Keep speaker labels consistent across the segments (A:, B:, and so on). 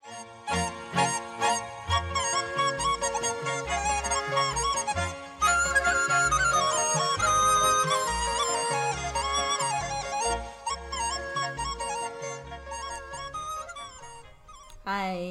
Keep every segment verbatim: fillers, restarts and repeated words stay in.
A: 嗨，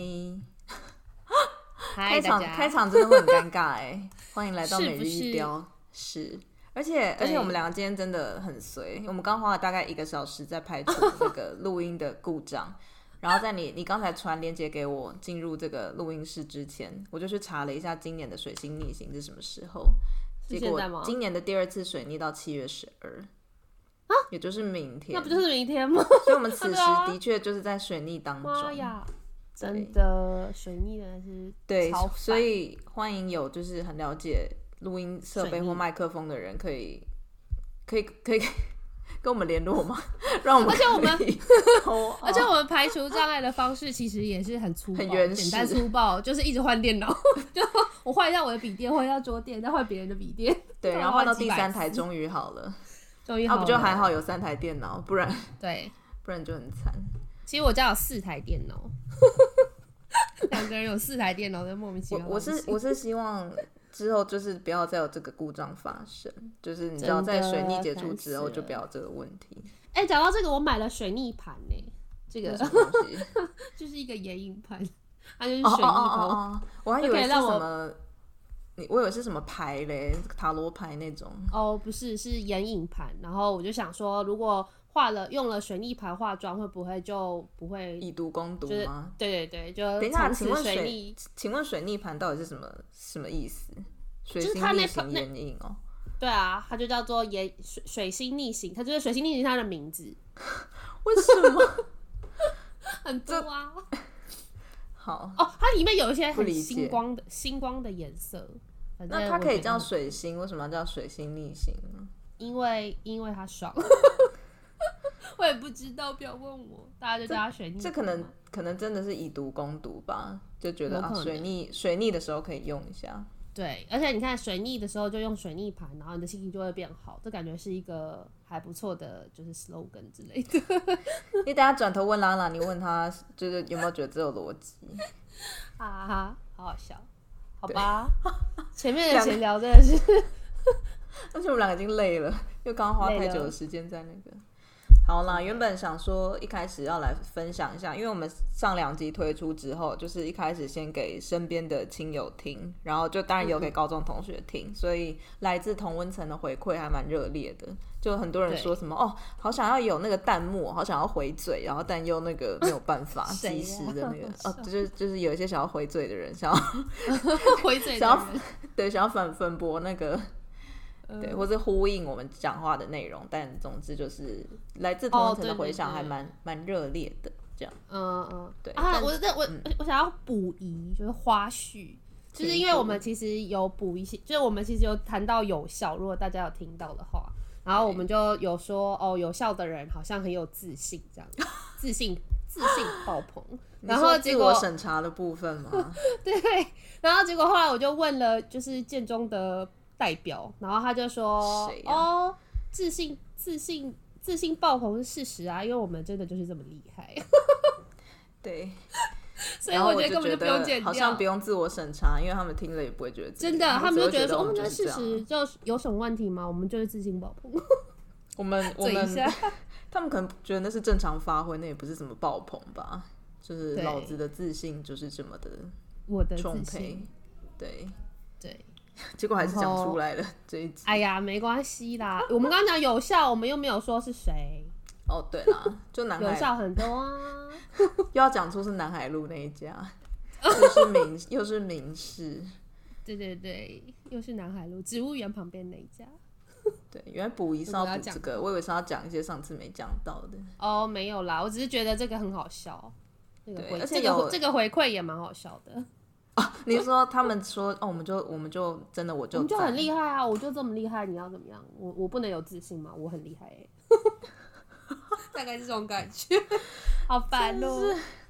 B: 开
A: 场开场真的会很尴尬哎！欢迎来到每日一雕，是，而且而且我们两个今天真的很随，我们刚花了大概一个小时在排除那个录音的故障，然后在你你刚才传链接给我进入这个录音室之前，我就去查了一下今年的水星逆行是什么时候，结果今年的第二次水逆到七月十二。
B: 啊，
A: 也就是明天，
B: 那不就是明天吗？
A: 所以我们此时的确就是在水逆当中。
B: 妈呀，真的水逆真的是
A: 对，
B: 超烦。
A: 所以欢迎有就是很了解录音设备或麦克风的人，可以可以可以跟我们联络吗？让我们
B: 而且我们
A: 哦、
B: 而且我们排除障碍的方式其实也是很粗暴、
A: 很原始、
B: 简单粗暴，就是一直换电脑，就我换一下我的笔电，换一下桌垫，再换别人的笔电，
A: 对，然后换到第三台终于好了。
B: 终于好了，
A: 啊，不就还好有三台电脑，不然
B: 对，
A: 不然就很惨。
B: 其实我家有四台电脑，两个人有四台电脑，在莫名其妙。
A: 我我是我是希望之后就是不要再有这个故障发生，就是你知道在水逆结束之后就不要有这个问题。
B: 哎、欸，讲到这个，我买了水逆盘呢，这个
A: 什么东西？
B: 就是一个眼影盘，它就是水逆盘。哦哦哦哦，
A: 我还以为是什么。我以为是什么牌嘞，塔罗牌那种。
B: 哦，不是，是眼影盘。然后我就想说，如果画了用了水逆盘化妆，会不会就不会
A: 以毒攻毒吗？
B: 就是、对对对，就
A: 等一下，请问
B: 水逆，
A: 请问水逆盘到底是什么什么意思？水星逆行眼影哦。
B: 对啊，它就叫做眼水水星逆行，它就是水星逆行它的名字。
A: 为什么？
B: 很多啊。
A: 好
B: 哦，它里面有一些很星光的星光的颜色。
A: 那它可以叫水星，为什么要叫水星逆行呢？
B: 因为因为它爽，我也不知道，不要问我，大家就叫它水逆。
A: 这可能可能真的是以毒攻毒吧，就觉得啊水逆水逆的时候可以用一下。
B: 对，而且你看水逆的时候就用水逆盘，然后你的心情就会变好，这感觉是一个还不错的就是 slogan 之类的。
A: 你等一下转头问拉拉，你问他就是有没有觉得这有逻辑？
B: 哈哈，好好笑。好吧，前面的闲聊真的是，
A: 而且我们两个已经累了，又刚花太久的时间在那个。好啦，原本想说一开始要来分享一下，因为我们上两集推出之后，就是一开始先给身边的亲友听，然后就当然有给高中同学听，嗯、所以来自同温层的回馈还蛮热烈的。就很多人说什么哦，好想要有那个弹幕，好想要回嘴，然后但又那个没有办法及时的那个哦，就是就是有一些想要回嘴的人，想要
B: 回嘴的人，
A: 想要对想要反反驳那个。对，或是呼应我们讲话的内容，但总之就是来自同温层的回响还蛮蛮热烈的，这样。
B: 嗯嗯，
A: 对
B: 啊，我我、嗯、我想要补一就是花絮，就是因为我们其实有补一些，就是我们其实有谈到有效，如果大家有听到的话，然后我们就有说哦，有效的人好像很有自信，这样自信自信爆棚。然后结果
A: 自我审查的部分嘛，
B: 对，然后结果后来我就问了，就是建中的代表，然后他就说：“啊、哦，自信、自信、自信爆棚是事实啊，因为我们真的就是这么厉害。”
A: 对，
B: 所以我觉得根本就不用剪掉，
A: 好像不用自我审查，因为他们听了也不会觉得自己
B: 真的，他们就觉得说：“哦，那
A: 事
B: 实就有什么问题吗？我们就是自信爆棚。”
A: 我们我们他们可能觉得那是正常发挥，那也不是什么爆棚吧？就是老子的自信就是这么的
B: 我的
A: 充沛，对
B: 对。
A: 结果还是讲出来了这一集。
B: 哎呀，没关系啦。我们刚刚讲有效，我们又没有说是谁。
A: 哦，对啦，就南海
B: 有效很多啊。
A: 又要讲出是南海路那一家，又是民又是民视。
B: 对对对，又是南海路植物园旁边那一家。
A: 对，原来补一是要补这个，我以为是要讲一些上次没讲到的。
B: 哦，没有啦，我只是觉得这个很好笑。这个回
A: 而且
B: 这个这个回馈也蛮好笑的。
A: 哦、你说他们说哦，我们就我们就真的我就
B: 我们就很厉害啊！我就这么厉害，你要怎么样？我我不能有自信吗？我很厉害哎、欸，大概是这种感觉，好烦哦、喔。
A: 那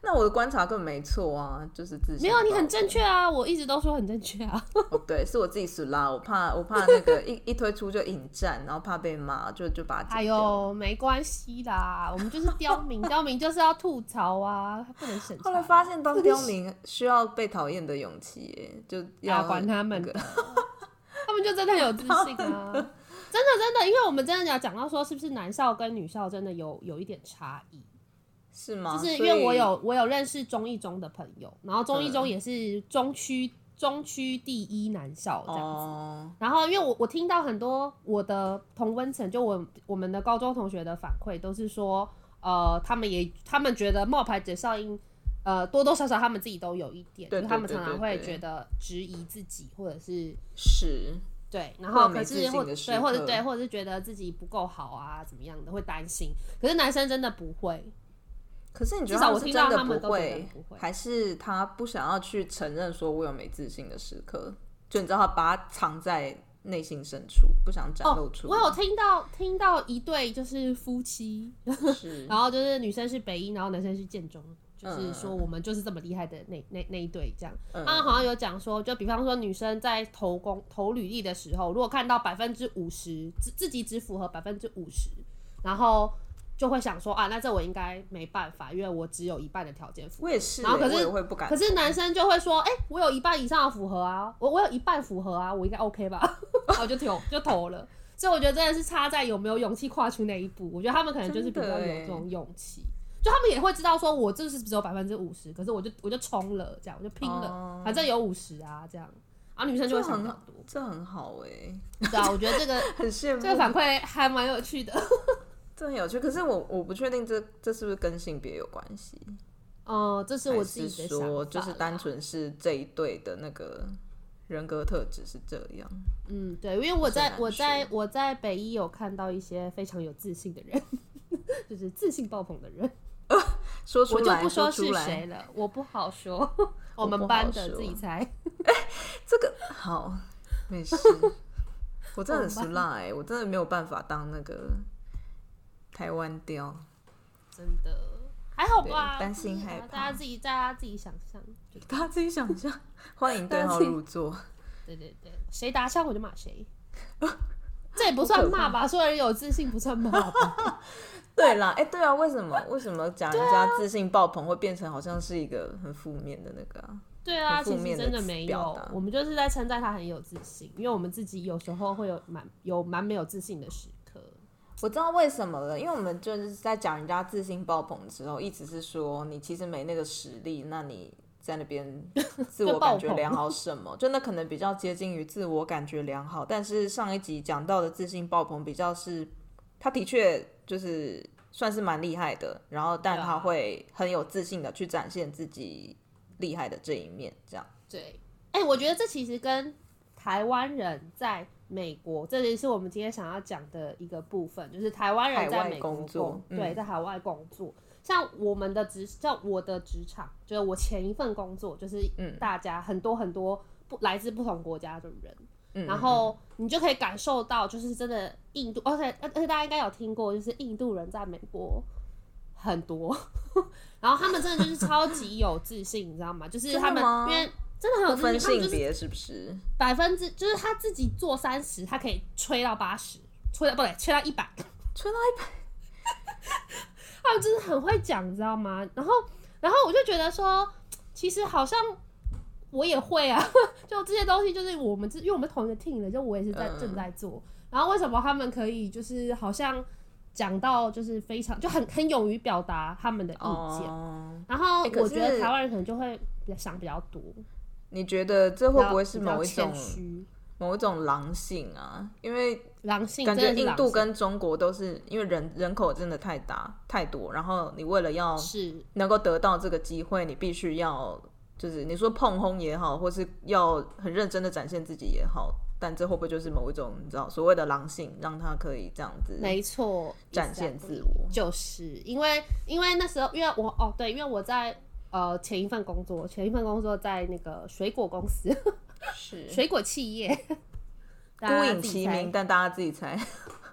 A: 那我的观察根本没错啊，就是自信。
B: 没有，你很正确啊，我一直都说很正确啊。
A: 哦，对，是我自己死啦，我怕我怕那个一一推出就引战，然后怕被骂，就就把它
B: 哎呦，没关系啦，我们就是刁民，刁民就是要吐槽啊，不能审查。
A: 后来发现当刁民需要被讨厌的勇气耶，就要、
B: 啊、管他们的，他们就真的有自信啊。真的真的，因为我们真的要讲到说，是不是男校跟女校真的有有一点差异？
A: 是吗？
B: 就是因为我有我有认识中一中的朋友，然后中一中也是中区、嗯、中区第一男校这样子。哦、然后因为我我听到很多我的同温层，就我我们的高中同学的反馈都是说，呃，他们也他们觉得冒牌者效应，呃，多多少少他们自己都有一点，
A: 对对对对对，
B: 就是他们常常会觉得质疑自己，或者是
A: 是。
B: 对，然后可是或对或者对，或者是觉得自己不够好啊，怎么样的会担心。可是男生真的不会。
A: 可是你觉得他是真的不会，还是他不想要去承认说我有没自信的时刻？就你知道他把它藏在内心深处，不想展露出、
B: 哦。我有听到听到一对就是夫妻，
A: 是
B: 然后就是女生是北一，然后男生是建中。就是说我们就是这么厉害的那那那一对这样，他、嗯、好像有讲说，就比方说女生在投工投履历的时候，如果看到百分之五十自自己只符合百分之五十，然后就会想说啊，那这我应该没办法，因为我只有一半的条件符合。
A: 我也是、欸，
B: 然后可是
A: 我也会不敢。
B: 可是男生就会说，哎、欸，我有一半以上的符合啊，我我有一半符合啊，我应该 OK 吧？然后就投就投了。所以我觉得真的是差在有没有勇气跨出那一步。我觉得他们可能就是比较有这种勇气。就他们也会知道说，我这是只有百分之五十，可是我就我就冲了，这样我就拼了，哦、反正有五十啊，这样，然后女生就会想比较多，
A: 这很好哎、欸。
B: 对啊，我觉得这个
A: 很羡慕，
B: 这个反馈还蛮有趣的，
A: 这很有趣。可是我我不确定这这是不是跟性别有关系？
B: 哦、呃，这是我自己的想法，
A: 说就是单纯是这一对的那个人格特质是这样。
B: 嗯，对，因为我在我在我在北一有看到一些非常有自信的人，就是自信爆棚的人。
A: 说出来，
B: 我就不说是谁了，我不好说。我们班的自己猜。
A: 哎、欸，这个好，没事。我真的很失赖、欸，我真的没有办法当那个台湾雕。
B: 真的还好吧？
A: 担心害怕，
B: 大家自己大家自己想象，
A: 大家自己想象。欢迎对号入座。
B: 对对对，谁打枪我就骂谁。这也不算骂吧？说人有自信不算骂吧？
A: 对啦，哎、欸，对啊，为什么为什么讲人家自信爆棚会变成好像是一个很负面的那个啊？
B: 对啊，其实真的没有，我们就是在称赞他很有自信，因为我们自己有时候会有蛮有蛮没有自信的时刻。
A: 我知道为什么了，因为我们就是在讲人家自信爆棚的时候，意思是说你其实没那个实力，那你在那边自我感觉良好什么，就那可能比较接近于自我感觉良好。但是上一集讲到的自信爆棚比较是，他的确就是算是蛮厉害的，然后但他会很有自信的去展现自己厉害的这一面，这样。
B: 对，哎、欸，我觉得这其实跟台湾人在美国，这也是我们今天想要讲的一个部分，就是台湾人在美国
A: 工作，
B: 嗯、对，在海外工作。像我们的职，像我的职场，就是我前一份工作，就是大家很多很多不来自不同国家的人，嗯、然后你就可以感受到，就是真的印度，而且而且大家应该有听过，就是印度人在美国很多，然后他们真的就是超级有自信，你知道吗？就是他们因为真的很有自信，
A: 不分性别是不是？
B: 百分之就是他自己做三十，他可以吹到八十，吹到不对，吹到一百，
A: 吹到一百。
B: 他们真的很会讲，你知道吗？然后，然后我就觉得说，其实好像我也会啊，就这些东西，就是我们，因为我们同一个 team 的，就我也是在、嗯、正在做。然后为什么他们可以就是好像讲到就是非常就很很勇于表达他们的意见、哦，然后我觉得台湾人可能就会想比较多。
A: 你觉得这会不会是某一种某一种狼性啊？因为
B: 狼性
A: 感觉印度跟中国都是因为人人口真的太大太多，然后你为了要能够得到这个机会，你必须要就是你说碰轰也好，或是要很认真的展现自己也好，但这会不会就是某一种你知道所谓的狼性，让他可以这样子
B: 没错
A: 展现自我？
B: 就是因为因为那时候因为我哦对，因为我在呃前一份工作前一份工作在那个水果公司。是水果企业，
A: 孤影其名，但大家自己猜。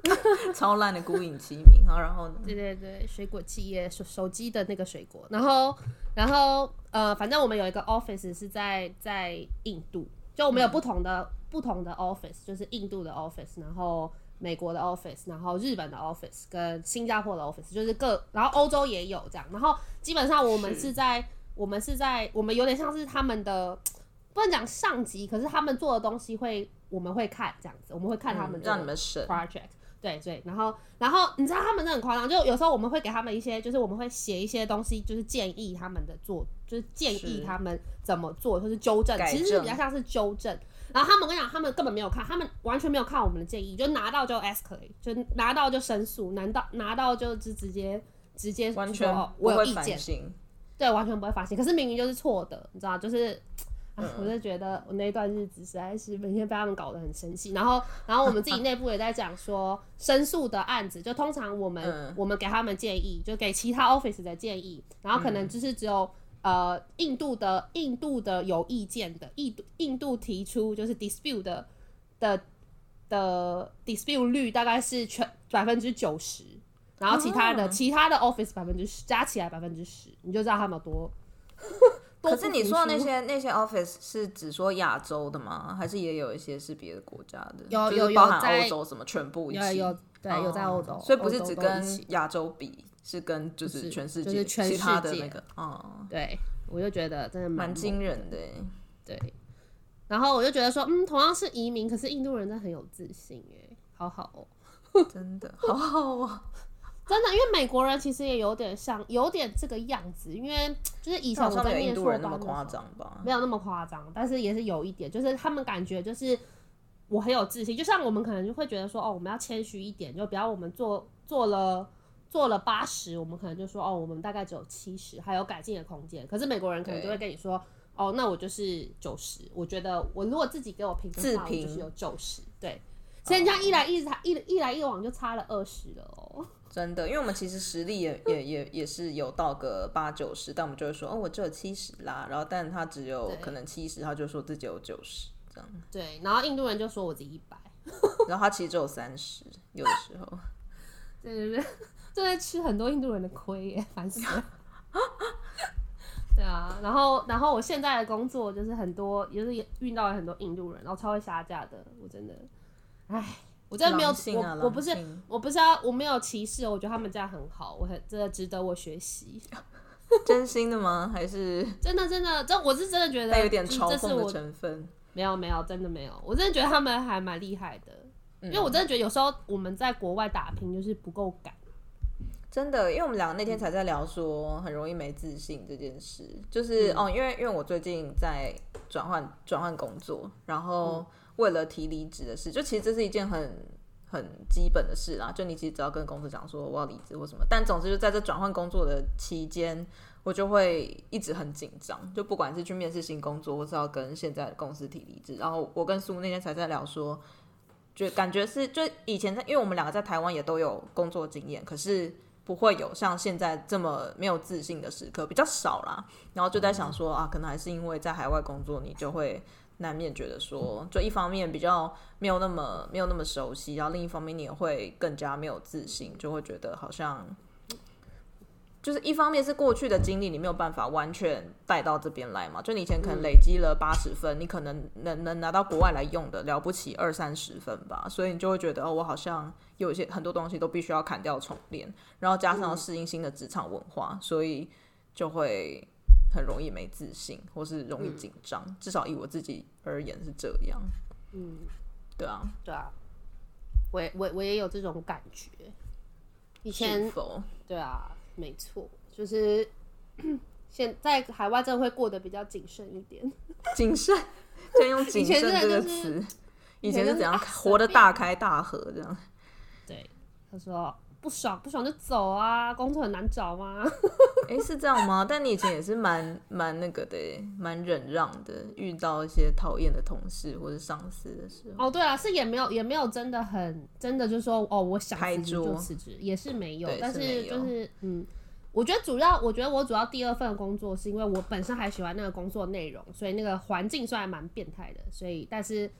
A: 超烂的孤影其名。好，然后呢？
B: 对对对，水果企业手手机的那个水果，然后然后呃，反正我们有一个 office 是在在印度，就我们有不同的、嗯、不同的 office， 就是印度的 office， 然后美国的 office， 然后日本的 office 跟新加坡的 office， 就是各，然后欧洲也有这样，然后基本上我们是在是我们是在我们有点像是他们的。不能讲上级，可是他们做的东西会，我们会看这样子，我们会看他们的 project，、嗯、让你们审 project， 对对，然后然后你知道他们真的很夸张，就有时候我们会给他们一些，就是我们会写一些东西，就是建议他们的做，就是建议他们怎么做，或是纠正，其实是比较像是纠正。然后他们我跟你讲，他们根本没有看，他们完全没有看我们的建议，就拿到就 escalate， 就拿到就申诉，拿到拿到就直直接直接
A: 完全
B: 我有意见，
A: 对，
B: 完全不会发现，可是明明就是错的，你知道，就是。啊、我就觉得我那段日子实在是每天被他们搞得很生气，然后，然后我们自己内部也在讲说，申诉的案子，就通常我们、嗯、我们给他们建议，就给其他 office 的建议，然后可能就是只有、嗯、呃印度的印度的有意见的，印度印度提出就是 dispute 的的的 dispute 率大概是全百分之九十，然后其他的、哦、其他的 office 百分之十加起来百分之十，你就知道他们有多。
A: 可是你说的那些那些 office 是只说亚洲的吗？还是也有一些是别的国家的？
B: 有有
A: 就是包含欧洲什么全部一起？
B: 有有对、哦、有在欧洲，
A: 所以不是只跟亚洲比，是跟就是全世界，
B: 就是全世界
A: 其他的那个哦。
B: 对，我就觉得真的
A: 蛮惊人的。
B: 对，然后我就觉得说，嗯，同样是移民，可是印度人真的很有自信哎，好好哦，
A: 真的好好哦。
B: 真的，因为美国人其实也有点像，有点这个样子。因为就是以前我在念硕班的时候，
A: 没有那么夸张吧？
B: 没有那么夸张，但是也是有一点，就是他们感觉就是我很有自信，就像我们可能就会觉得说，哦，我们要谦虚一点，就比方我们做做了做了八十，我们可能就说，哦，我们大概只有七十，还有改进的空间。可是美国人可能就会跟你说，哦，那我就是九十。我觉得我如果自己给我评分的话，我就是有九十。对，所以人家一来一一一来一往就差了二十了哦。
A: 真的，因为我们其实实力也也也也是有到个八九十，但我们就会说，哦，我只有七十啦，然后但他只有可能七十，他就说自己有九十这样。
B: 对，然后印度人就说我自己一百，
A: 然后他其实只有三十，有的时候。
B: 对对对，就在吃很多印度人的亏耶，烦死了。对啊，然后然后我现在的工作就是很多，也是遇到了很多印度人，然后超会杀价的，我真的，唉。我真的没有，
A: 啊、
B: 我我不是我不是要我没有歧视，我觉得他们这样很好，我很真的值得我学习。
A: 真心的吗？还是
B: 真的真的？这我是真的觉得
A: 带有点嘲讽的成分。
B: 没有没有，真的没有，我真的觉得他们还蛮厉害的、嗯，因为我真的觉得有时候我们在国外打拼就是不够敢。
A: 真的，因为我们两个那天才在聊说很容易没自信这件事，就是、嗯、哦，因为因为我最近在转换转换工作，然后。嗯为了提离职的事，就其实这是一件很很基本的事啦。就你其实只要跟公司讲说我要离职或什么，但总之就在这转换工作的期间，我就会一直很紧张。就不管是去面试新工作，或是要跟现在的公司提离职。然后我跟苏那天才在聊说，就感觉是就以前在，因为我们两个在台湾也都有工作经验，可是不会有像现在这么没有自信的时刻，比较少啦。然后就在想说啊，可能还是因为在海外工作，你就会。难免觉得说，就一方面比较没有那么没有那么熟悉，然后另一方面你也会更加没有自信，就会觉得好像就是一方面是过去的经历你没有办法完全带到这边来嘛，就你以前可能累积了八十分，你可能能能拿到国外来用的了不起二三十分吧，所以你就会觉得哦，我好像有一些很多东西都必须要砍掉重练，然后加上要适应新的职场文化，所以就会。很容易没自信，或是容易紧张、嗯，至少以我自己而言是这样。嗯，对啊，
B: 对啊，我也我我也有这种感觉。以前，对啊，没错，就是现在海外真的会过得比较谨慎一点。
A: 谨慎，先用谨慎这个词。以前是怎样、啊、活得大开大合这样？
B: 对，他说。不爽不爽就走啊，工作很难找吗？
A: 哎、欸，是这样吗？但你以前也是蛮蛮那个的，蛮忍让的，遇到一些讨厌的同事或者上司的时候。
B: 哦，对啊，是也没有也没有真的很真的就说哦，我想辞职就辞职，也是没有。但是就是嗯，我觉得主要，我觉得我主要第二份工作是因为我本身还喜欢那个工作内容，所以那个环境虽然蛮变态的，所以但是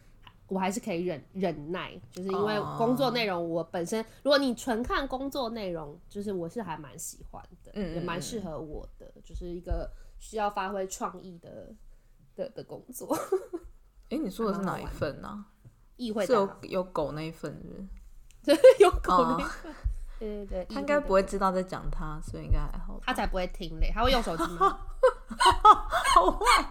B: 我还是可以忍忍耐，就是因为工作内容我本身，如果你纯看工作内容，就是我是还蛮喜欢的，嗯、也蛮适合我的，就是一个需要发挥创意的的的工作。
A: 哎、欸，你说的是哪一份啊？
B: 议会
A: 是有有狗那一份是不是？
B: 对，有狗那一份。哦、对对对，
A: 他应该不会知道在讲他，所以应该还好。
B: 他才不会听嘞，他会用手机吗？
A: 好坏。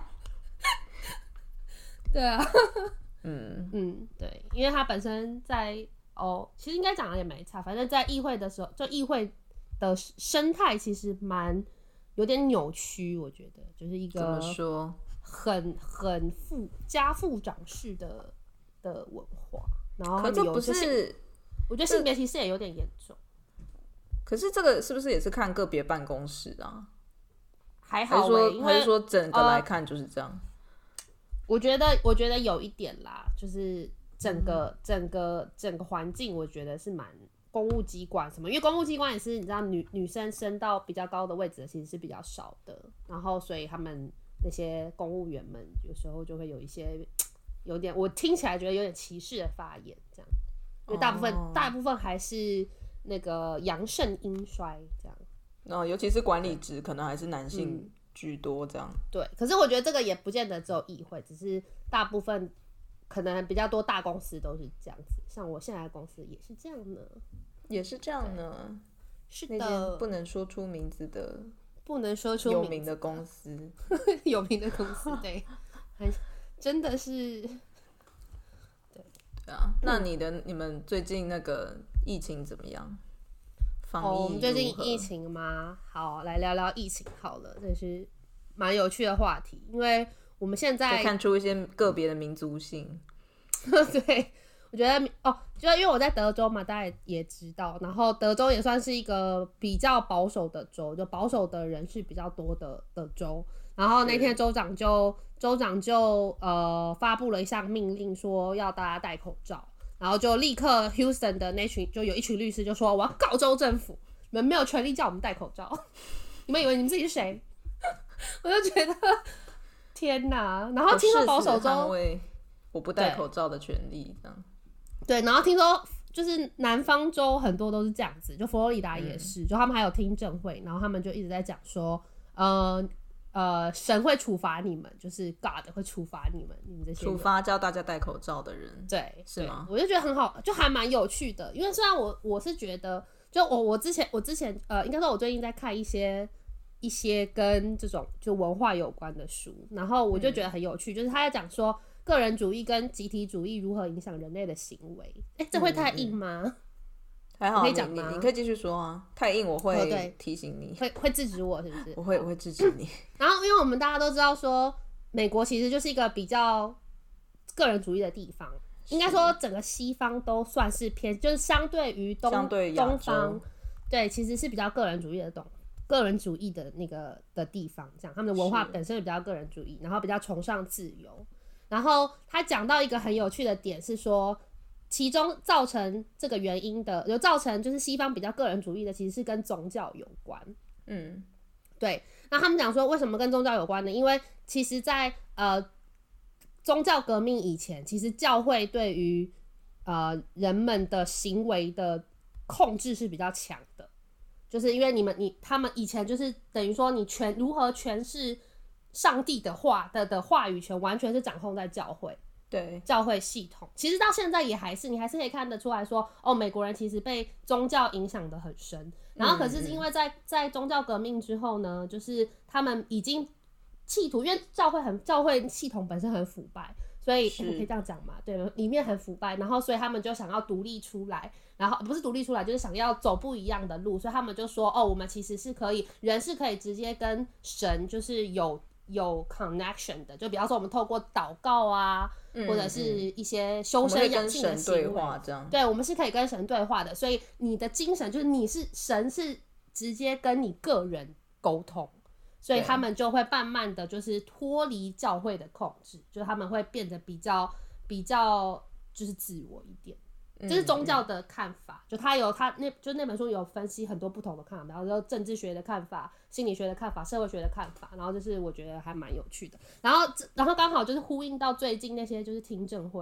B: 对啊。
A: 嗯
B: 嗯，对，因为他本身在哦，其实应该讲的也没差，反正在议会的时候，就议会的生态其实蛮有点扭曲，我觉得就是一个
A: 怎么说，
B: 很很富家父长式的的文化，然后他们有
A: 可这不是，
B: 我觉得性别歧视也有点严重。
A: 可是这个是不是也是看个别办公室啊？
B: 还好、欸，
A: 还是说
B: 因为
A: 还是说整个来看就是这样？呃
B: 我觉得，我觉得有一点啦，就是整个、嗯、整个整个环境，我觉得是蛮公务机关什么，因为公务机关也是你知道女女生升到比较高的位置的其实是比较少的，然后所以他们那些公务员们有时候就会有一些有点我听起来觉得有点歧视的发言，这样，因为大部分、哦、大部分还是那个阳盛阴衰这样，
A: 哦，尤其是管理职可能还是男性。嗯居多这样，
B: 对，可是我觉得这个也不见得只有议会，只是大部分可能比较多大公司都是这样子，像我现在的公司也是这样呢，
A: 也是这样呢，
B: 是的，
A: 那间不能说出名字的，
B: 不能说出
A: 有名的公司，
B: 有名的公司，对，真的是，对
A: 对啊，那你的、嗯、你们最近那个疫情怎么样？
B: 哦，我们最近疫情吗？好，来聊聊疫情好了，这是蛮有趣的话题，因为我们现在
A: 可以看出一些个别的民族性。
B: 对，我觉得哦，就因为我在德州嘛，大家也知道，然后德州也算是一个比较保守的州，就保守的人是比较多的的州。然后那天州长就州长就呃发布了一项命令，说要大家戴口罩。然后就立刻 Houston 的那群就有一群律师就说，我要告州政府，你们没有权利叫我们戴口罩，你们以为你们自己是谁？我就觉得天哪！然后听说保守州
A: 我不戴口罩的权利这样，
B: 对，然后听说就是南方州很多都是这样子，就佛罗里达也是、嗯、就他们还有听证会，然后他们就一直在讲说呃呃，神会处罚你们，就是 God 会处罚你们，你们这些
A: 处罚叫大家戴口罩的人，
B: 对，
A: 是吗？
B: 我就觉得很好，就还蛮有趣的。因为虽然我我是觉得，就我我之前我之前呃，应该说我最近在看一些一些跟这种就文化有关的书，然后我就觉得很有趣，嗯、就是他在讲说个人主义跟集体主义如何影响人类的行为。哎、欸，这会太硬吗？嗯嗯
A: 还好，可以讲吗？你可以继续说啊。太硬我会提醒你，
B: 哦、会会制止我，是不是？
A: 我会我会制止你。
B: 然后，因为我们大家都知道说，美国其实就是一个比较个人主义的地方，应该说整个西方都算是偏，就是相对于东
A: 相对
B: 东方，对，其实是比较个人主义的东个人主义的那个的地方，这样他们的文化本身也比较个人主义，然后比较崇尚自由。然后他讲到一个很有趣的点是说。其中造成这个原因的，有造成就是西方比较个人主义的，其实是跟宗教有关。嗯，对。那他们讲说为什么跟宗教有关呢？因为其实在，在呃宗教革命以前，其实教会对于呃人们的行为的控制是比较强的，就是因为你们你他们以前就是等于说你全如何诠释上帝的话的的话语权，完全是掌控在教会。
A: 对，
B: 教会系统其实到现在也还是你还是可以看得出来说，哦，美国人其实被宗教影响得很深。然后可是因为在在宗教革命之后呢，就是他们已经企图，因为教会很教会系统本身很腐败，所以、欸、我可以这样讲嘛？对，里面很腐败，然后所以他们就想要独立出来，然后不是独立出来，就是想要走不一样的路，所以他们就说，哦，我们其实是可以人是可以直接跟神就是有。有 connection 的，就比方说我们透过祷告啊、嗯，或者是一些修身养性的行为，
A: 我们可以跟神对话这样。
B: 对，我们是可以跟神对话的，所以你的精神就是你是神是直接跟你个人沟通，所以他们就会慢慢的就是脱离教会的控制，就是他们会变得比较比较就是自我一点。这是宗教的看法，嗯、就他有他那就那本书有分析很多不同的看法，然后就政治学的看法、心理学的看法、社会学的看法，然后就是我觉得还蛮有趣的。然后然后刚好就是呼应到最近那些就是听证会，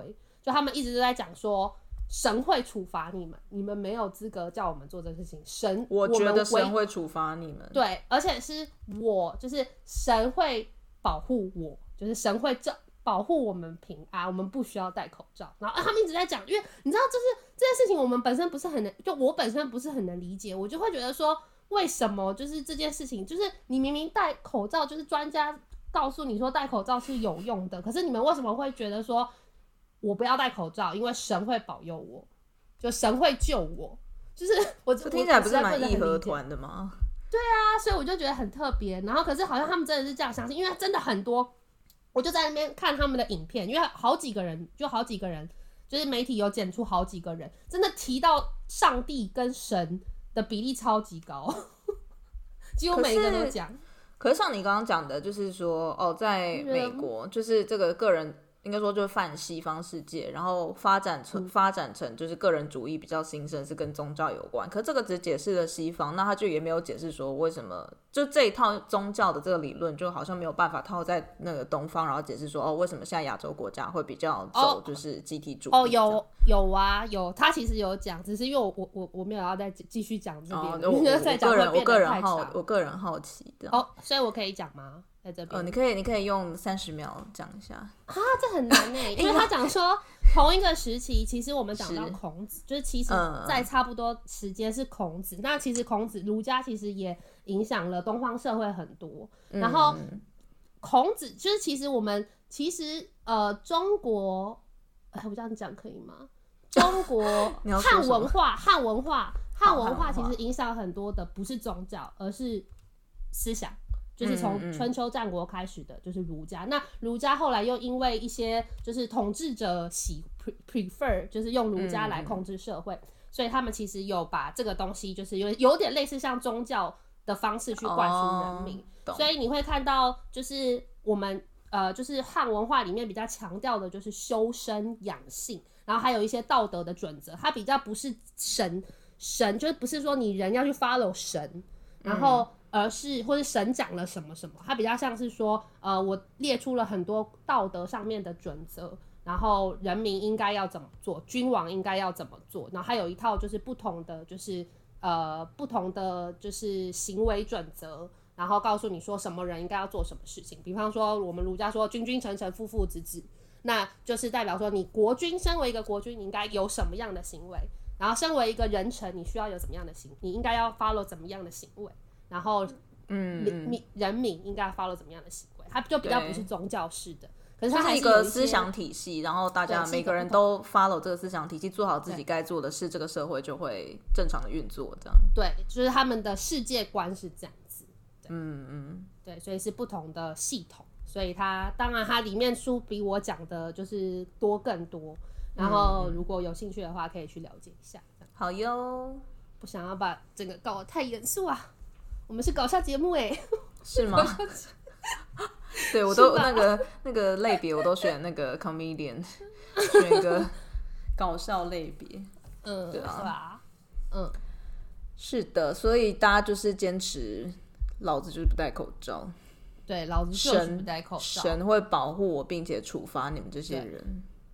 B: 就他们一直都在讲说神会处罚你们，你们没有资格叫我们做这事情。神，
A: 我觉得神会处罚你们。
B: 对，而且是我，就是神会保护我，就是神会这保护我们平安，我们不需要戴口罩。然后、啊、他们一直在讲，因为你知道，就是这件事情我们本身不是很能，就我本身不是很能理解，我就会觉得说，为什么就是这件事情，就是你明明戴口罩，就是专家告诉你说戴口罩是有用的，可是你们为什么会觉得说我不要戴口罩，因为神会保佑我，就神会救我？就是我
A: 这听起来不是蛮义和团的吗？
B: 对啊，所以我就觉得很特别。然后可是好像他们真的是这样相信，因为真的很多。我就在那边看他们的影片，因为好几个人，就好几个人，就是媒体有剪出好几个人，真的提到上帝跟神的比例超级高，几乎每一个都讲。
A: 可是像你刚刚讲的，就是说，哦，在美国，就是这个个人。应该说就是泛西方世界，然后发展成、嗯、发展成就是个人主义比较兴盛，是跟宗教有关。可这个只解释了西方，那他就也没有解释说为什么就这一套宗教的这个理论就好像没有办法套在那个东方，然后解释说哦为什么现在亚洲国家会比较走就是集体主义。
B: 哦，有有啊有，他其实有讲，只是因为我我我我没有要再继续讲这边，
A: 哦、我
B: 再讲会变得太长。
A: 我个人好我个人好奇的。
B: 哦，所以我可以讲吗？在这边，
A: 呃，你可以，你可以用三十秒讲一下
B: 啊，这很难哎，因为他讲说同一个时期，其实我们讲到孔子，是就是其实在差不多时间是孔子，嗯、那其实孔子儒家其实也影响了东方社会很多，嗯、然后孔子就是其实我们其实呃中国，哎，我这样讲可以吗？中国汉文化，汉文化，汉文化其实影响很多的不是宗教，而是思想。就是从春秋战国开始的，就是儒家。那儒家后来又因为一些就是统治者喜 prefer， 就是用儒家来控制社会，所以他们其实有把这个东西，就是有有点类似像宗教的方式去灌输人民。哦、所以你会看到，就是我们呃，就是汉文化里面比较强调的就是修身养性，然后还有一些道德的准则。它比较不是神神，就是不是说你人要去 follow 神，然后。嗯而是或是神讲了什么什么，它比较像是说，呃，我列出了很多道德上面的准则，然后人民应该要怎么做，君王应该要怎么做，然后还有一套就是不同的就是呃不同的就是行为准则，然后告诉你说什么人应该要做什么事情。比方说我们儒家说君君臣臣父父子子，那就是代表说你国君身为一个国君，你应该有什么样的行为，然后身为一个人臣，你需要有怎么样的行，你应该要 follow 怎么样的行为。然后，嗯，人民应该 follow 怎么样的行为，它就比较不是宗教式的，可是它
A: 是一个思想体系，然后大家每个人都 follow 这个思想体系，做好自己该做的事，这个社会就会正常的运作，这样。
B: 对，就是他们的世界观是这样子。
A: 嗯嗯，
B: 对，所以是不同的系统，所以它当然它里面书比我讲的就是多更多，然后如果有兴趣的话，可以去了解一下。
A: 好哟，
B: 不想要把整个搞得太严肃啊。我们是搞笑节目哎，
A: 是吗？对，我都那个那个类别我都选那个 comedian， 选一个搞笑类别。
B: 嗯，对啊，是吧？嗯，
A: 是的，所以大家就是坚持，老子就是不戴口罩。
B: 对，老子就是不戴口罩。
A: 神会保护我，并且处罚你们这些人。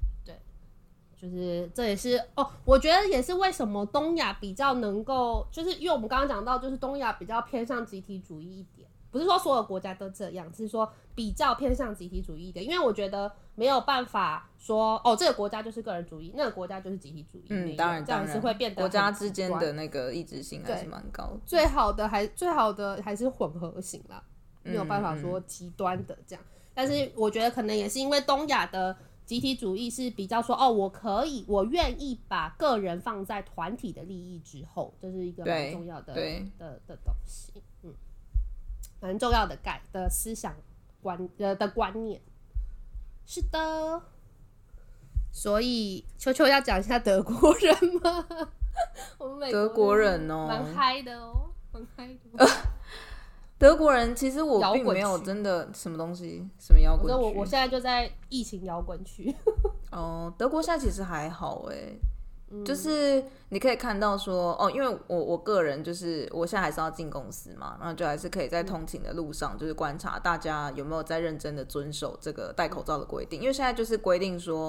B: 就是这也是哦，我觉得也是为什么东亚比较能够，就是因为我们刚刚讲到，就是东亚比较偏向集体主义一点，不是说所有国家都这样，是说比较偏向集体主义一点。因为我觉得没有办法说哦，这个国家就是个人主义，那个国家就是集体主义。
A: 嗯，当然，
B: 这样是会变得
A: 国家之间的那个一致性还是蛮高的。
B: 最好的还最好的还是混合型啦，没有办法说极端的这样。嗯嗯，但是我觉得可能也是因为东亚的。集体主义是比较说哦，我可以，我愿意把个人放在团体的利益之后，这是一个蛮重要的的的东西，嗯，蛮重要的概的思想观呃的观念。是的，所以秋秋要讲一下德国人吗？我们美国人
A: 德国人哦，
B: 蛮嗨的哦，蛮嗨的、哦。
A: 德国人其实我并没有真的什么东西，什么摇滚区。
B: 我我现在就在疫情摇滚区。
A: 哦，德国现在其实还好哎、嗯，就是你可以看到说哦，因为我我个人就是我现在还是要进公司嘛，然后就还是可以在通勤的路上就是观察大家有没有在认真的遵守这个戴口罩的规定，因为现在就是规定说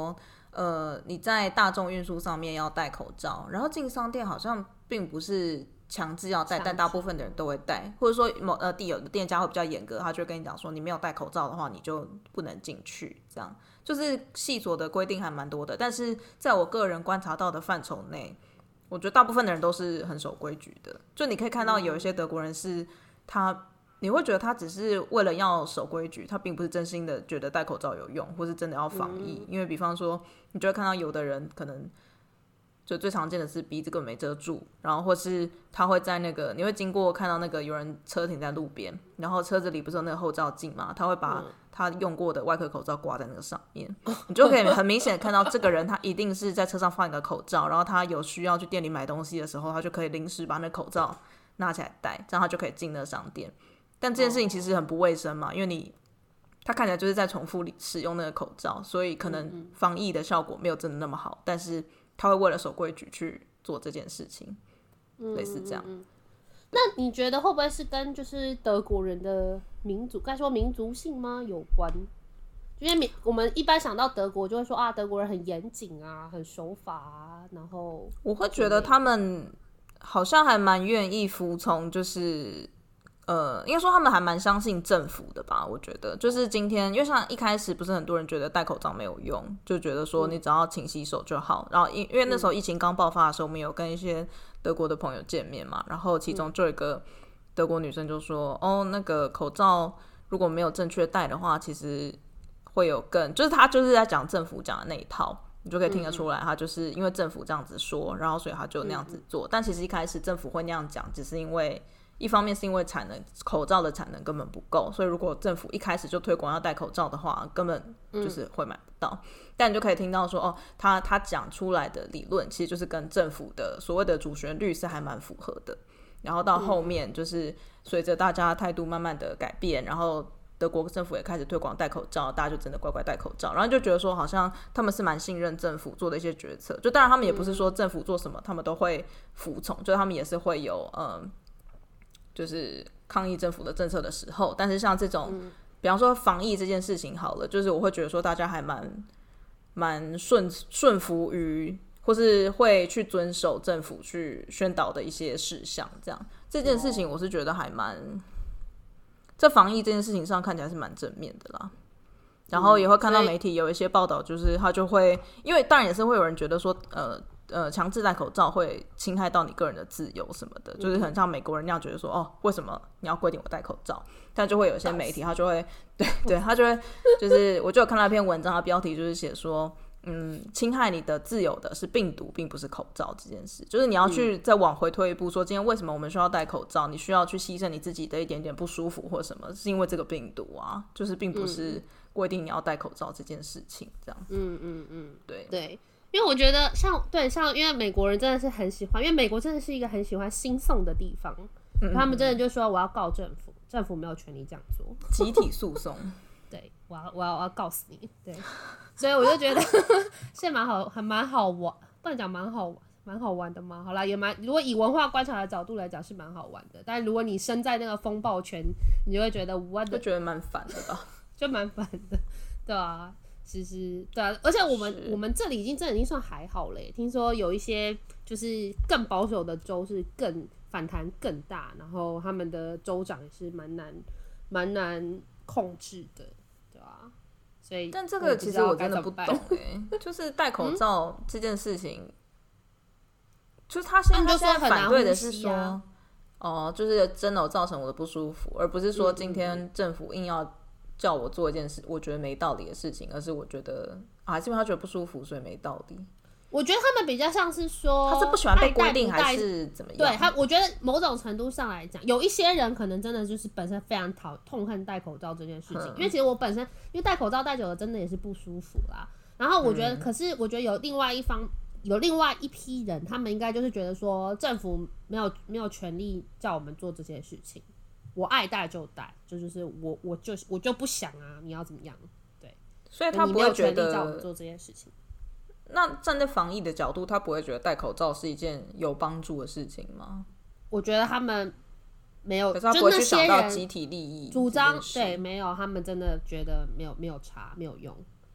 A: 呃，你在大众运输上面要戴口罩，然后进商店好像并不是强制要戴，但大部分的人都会戴，或者说某呃有的店家会比较严格，他就会跟你讲说，你没有戴口罩的话，你就不能进去，这样就是细琐的规定还蛮多的。但是在我个人观察到的范畴内，我觉得大部分的人都是很守规矩的。就你可以看到有一些德国人是他。你会觉得他只是为了要守规矩，他并不是真心的觉得戴口罩有用，或是真的要防疫。嗯、因为比方说，你就会看到有的人可能就最常见的是鼻子根本没遮住，然后或是他会在那个你会经过看到那个有人车停在路边，然后车子里不是有那个后照镜嘛，他会把他用过的外科口罩挂在那个上面，你就可以很明显的看到这个人他一定是在车上放一个口罩，然后他有需要去店里买东西的时候，他就可以临时把那口罩拿起来戴，这样他就可以进那个商店。但这件事情其实很不卫生嘛，因为你他看起来就是在重复使用那个口罩，所以可能防疫的效果没有真的那么好，但是他会为了守规矩去做这件事情，类似这样。
B: 嗯嗯嗯那你觉得会不会是跟就是德国人的民族，该说民族性吗有关？因为我们一般想到德国就会说啊，德国人很严谨啊，很守法啊，然后
A: 我会觉得他们好像还蛮愿意服从，就是呃，应该说他们还蛮相信政府的吧。我觉得就是今天，因为像一开始不是很多人觉得戴口罩没有用，就觉得说你只要勤洗手就好。然后因因为那时候疫情刚爆发的时候，我们有跟一些德国的朋友见面嘛，然后其中就有一个德国女生就说：“哦，那个口罩如果没有正确戴的话，其实会有更……就是她就是在讲政府讲的那一套。”你就可以听得出来，他就是因为政府这样子说，然后所以他就那样子做。但其实一开始政府会那样讲，只是因为一方面是因为产能口罩的产能根本不够，所以如果政府一开始就推广要戴口罩的话，根本就是会买不到。嗯、但你就可以听到说，哦，他他讲出来的理论其实就是跟政府的所谓的主旋律是还蛮符合的。然后到后面就是随着大家态度慢慢的改变，然后德国政府也开始推广戴口罩，大家就真的乖乖戴口罩，然后就觉得说好像他们是蛮信任政府做的一些决策。就当然他们也不是说政府做什么他们都会服从，就是他们也是会有嗯，就是抗议政府的政策的时候。但是像这种，比方说防疫这件事情好了，就是我会觉得说大家还蛮蛮顺顺服于，或是会去遵守政府去宣导的一些事项。这样这件事情我是觉得还蛮。在防疫这件事情上看起来是蛮正面的啦，然后也会看到媒体有一些报道，就是他就会，因为当然也是会有人觉得说，呃呃，强制戴口罩会侵害到你个人的自由什么的，就是很像美国人那样觉得说，哦，为什么你要规定我戴口罩？但就会有一些媒体，他就会，对对，他就会，就是我就有看到一篇文章，他标题就是写说。嗯，侵害你的自由的是病毒，并不是口罩这件事。就是你要去再往回推一步，说今天为什么我们需要戴口罩？你需要去牺牲你自己的一点点不舒服或什么，是因为这个病毒啊，就是并不是规定你要戴口罩这件事情。这样，
B: 嗯嗯嗯，
A: 对
B: 对，因为我觉得像对像，因为美国人真的是很喜欢，因为美国真的是一个很喜欢兴讼的地方，嗯嗯嗯他们真的就说我要告政府，政府没有权利这样做，
A: 集体诉讼。
B: 对，我要我要我要告死你，对，所以我就觉得是蛮好，还蛮好玩，不能讲蛮好玩，蛮好玩的嘛。好啦，也蛮，如果以文化观察的角度来讲是蛮好玩的，但如果你身在那个风暴圈，你就会觉得我
A: 就觉得蛮烦的吧，
B: 就蛮烦的，对啊，其实对啊，而且我们我们这里已经真的已经算还好了耶，听说有一些就是更保守的州是更反弹更大，然后他们的州长也是蛮难蛮难控制的。所以
A: 但这个其实我真的不懂哎、欸，就是戴口罩这件事情，嗯、就是他现在现在反对的是说，啊、哦，就是真的造成我的不舒服，而不是说今天政府硬要叫我做一件事，我觉得没道理的事情，而是我觉得啊，还是因为他觉得不舒服，所以没道理。
B: 我觉得他们比较像是说，
A: 他是不喜欢被规定，还是怎么样？
B: 对他，我觉得某种程度上来讲，有一些人可能真的就是本身非常讨痛恨戴口罩这件事情，因为其实我本身因为戴口罩戴久了，真的也是不舒服啦。然后我觉得，嗯、可是我觉得有另外一方，有另外一批人，他们应该就是觉得说，政府没有没有权利叫我们做这些事情，我爱戴就戴，就就是我我就我就不想啊，你要怎么样？对，
A: 所以他不会觉得
B: 你没有权利叫我们做这件事情。
A: 那站在防疫的角度，他不会觉得戴口罩是一件有帮助的事情吗？
B: 我觉得他们没有，
A: 可是他不会去想到集体利益
B: 主张，对，没有，他们真的觉得没有没有差，没有用。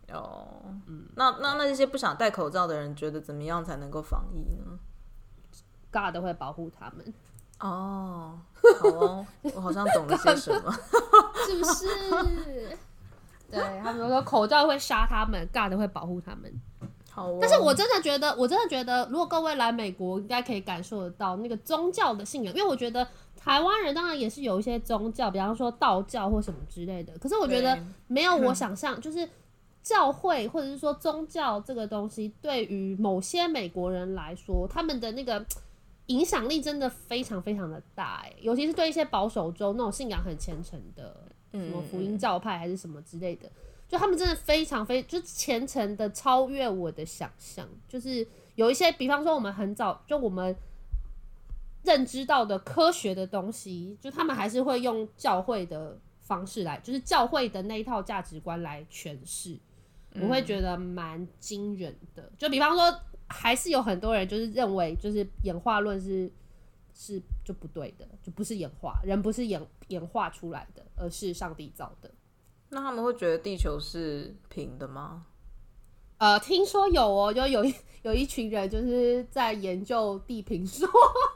A: 哦，嗯，那那那些不想戴口罩的人觉得怎么样才能够防疫呢？
B: God 会保护他们。
A: 哦，好哦，我好像懂了些什么，
B: 是不是？对，他们说口罩会杀他们 ，God 会保护他们。
A: 好哦。
B: 但是我真的觉得，我真的觉得，如果各位来美国，应该可以感受得到那个宗教的信仰，因为我觉得台湾人当然也是有一些宗教，比方说道教或什么之类的。可是我觉得没有我想象，就是教会或者是说宗教这个东西，对于某些美国人来说，他们的那个影响力真的非常非常的大，哎，尤其是对一些保守州那种信仰很虔诚的，什么福音教派还是什么之类的，就他们真的非常非就虔诚的超越我的想象。就是有一些，比方说我们很早就我们认知到的科学的东西，就他们还是会用教会的方式来，就是教会的那一套价值观来诠释，我会觉得蛮惊人的。就比方说。还是有很多人就是认为，就是演化论是是就不对的，就不是演化，人不是演演化出来的，而是上帝造的。
A: 那他们会觉得地球是平的吗？
B: 呃，听说有哦，就有一有一群人就是在研究地平说，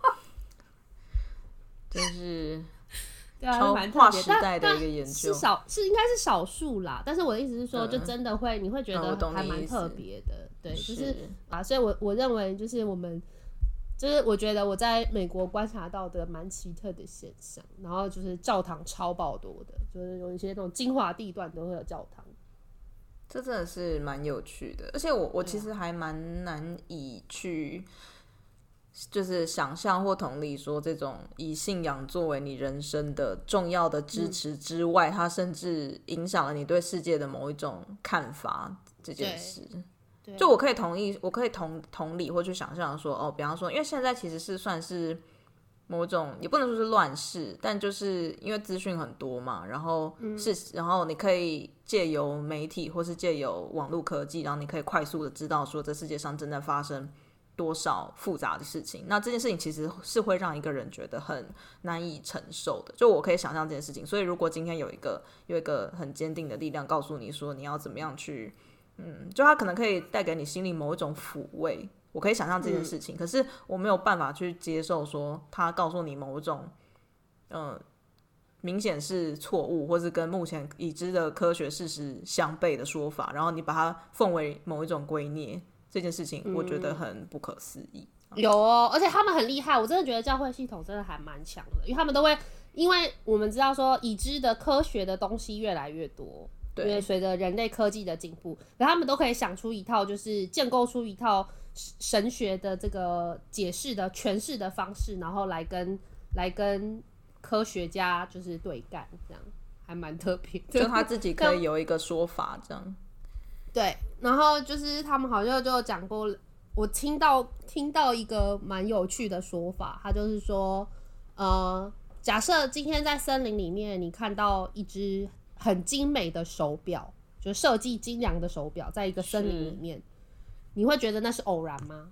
A: 真是
B: 对啊，
A: 超
B: 蛮特别
A: 划时代的一个研究，
B: 是少是应该是少数啦。但是我的意思是说，嗯、就真的会你会觉得还蛮特别的。对，就是啊，所以我我认为就是我们，就是我觉得我在美国观察到的蛮奇特的现象，然后就是教堂超爆多的，就是有一些那种精华地段都会有教堂，
A: 这真的是蛮有趣的。而且我我其实还蛮难以去，就是想象或同理说，这种以信仰作为你人生的重要的支持之外，嗯、它甚至影响了你对世界的某一种看法这件事。就我可以同意，我可以同同理或去想象说，哦，比方说，因为现在其实是算是某种，也不能说是乱世，但就是因为资讯很多嘛，然后是、嗯，然后你可以借由媒体或是借由网络科技，然后你可以快速的知道说这世界上正在发生多少复杂的事情。那这件事情其实是会让一个人觉得很难以承受的。就我可以想象这件事情，所以如果今天有一个有一个很坚定的力量告诉你说你要怎么样去。嗯，就它可能可以带给你心里某一种抚慰，我可以想象这件事情、嗯、可是我没有办法去接受说他告诉你某种嗯明显是错误或是跟目前已知的科学事实相悖的说法，然后你把它奉为某一种圭臬，这件事情我觉得很不可思议、
B: 嗯、有哦，而且他们很厉害，我真的觉得教会系统真的还蛮强的，因为他们都会，因为我们知道说已知的科学的东西越来越多，因为随着人类科技的进步，然后他们都可以想出一套，就是建构出一套神学的这个解释的诠释的方式，然后来跟来跟科学家就是对干，这样还蛮特别的。
A: 就他自己可以有一个说法，这样。
B: 对，然后就是他们好像就讲过，我听到听到一个蛮有趣的说法，他就是说，呃，假设今天在森林里面，你看到一只很精美的手表，就设计精良的手表，在一个森林里面，你会觉得那是偶然吗？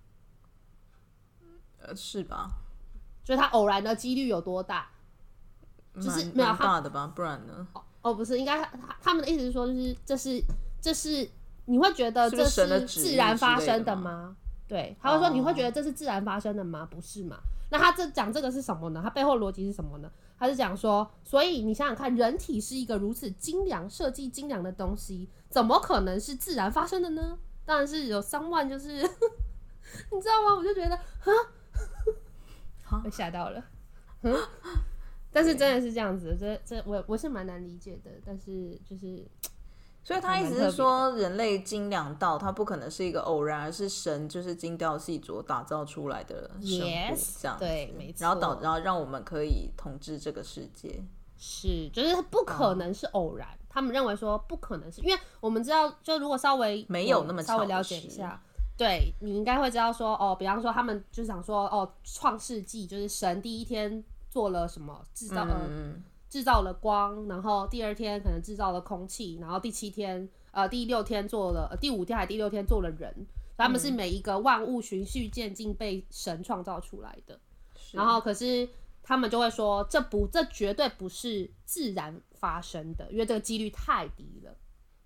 A: 呃，是吧？
B: 就是它偶然的几率有多大？就是没有
A: 大的吧，不然呢？
B: 哦，哦不是，应该他们的意思是说，就是这是这是你会觉得这是自然发生的吗？对，他会说你会觉得这是自然发生的吗？不是嘛？那他这讲这个是什么呢？他背后逻辑是什么呢？他是讲说，所以你想想看，人体是一个如此精良、设计精良的东西，怎么可能是自然发生的呢？当然是有someone就是你知道吗？我就觉得哈，被吓到了，嗯，但是真的是这样子，这这我我是蛮难理解的，但是就是。
A: 所以他意思是说，人类精良到它不可能是一个偶然，而是神就是精雕细琢打造出来的生活，
B: yes,
A: 这样子，
B: 对，没错。
A: 然后导，然后让我们可以统治这个世界，
B: 是，就是不可能是偶然。哦、他们认为说不可能是，因为我们知道，就如果稍微
A: 没有那么
B: 稍微了解一下，对你应该会知道说，哦，比方说他们就想说，哦，创世纪就是神第一天做了什么制造，嗯。呃制造了光，然后第二天可能制造了空气，然后第七天呃第六天做了、呃、第五天还第六天做了人，他们是每一个万物循序渐进被神创造出来的，然后可是他们就会说这不这绝对不是自然发生的，因为这个几率太低了。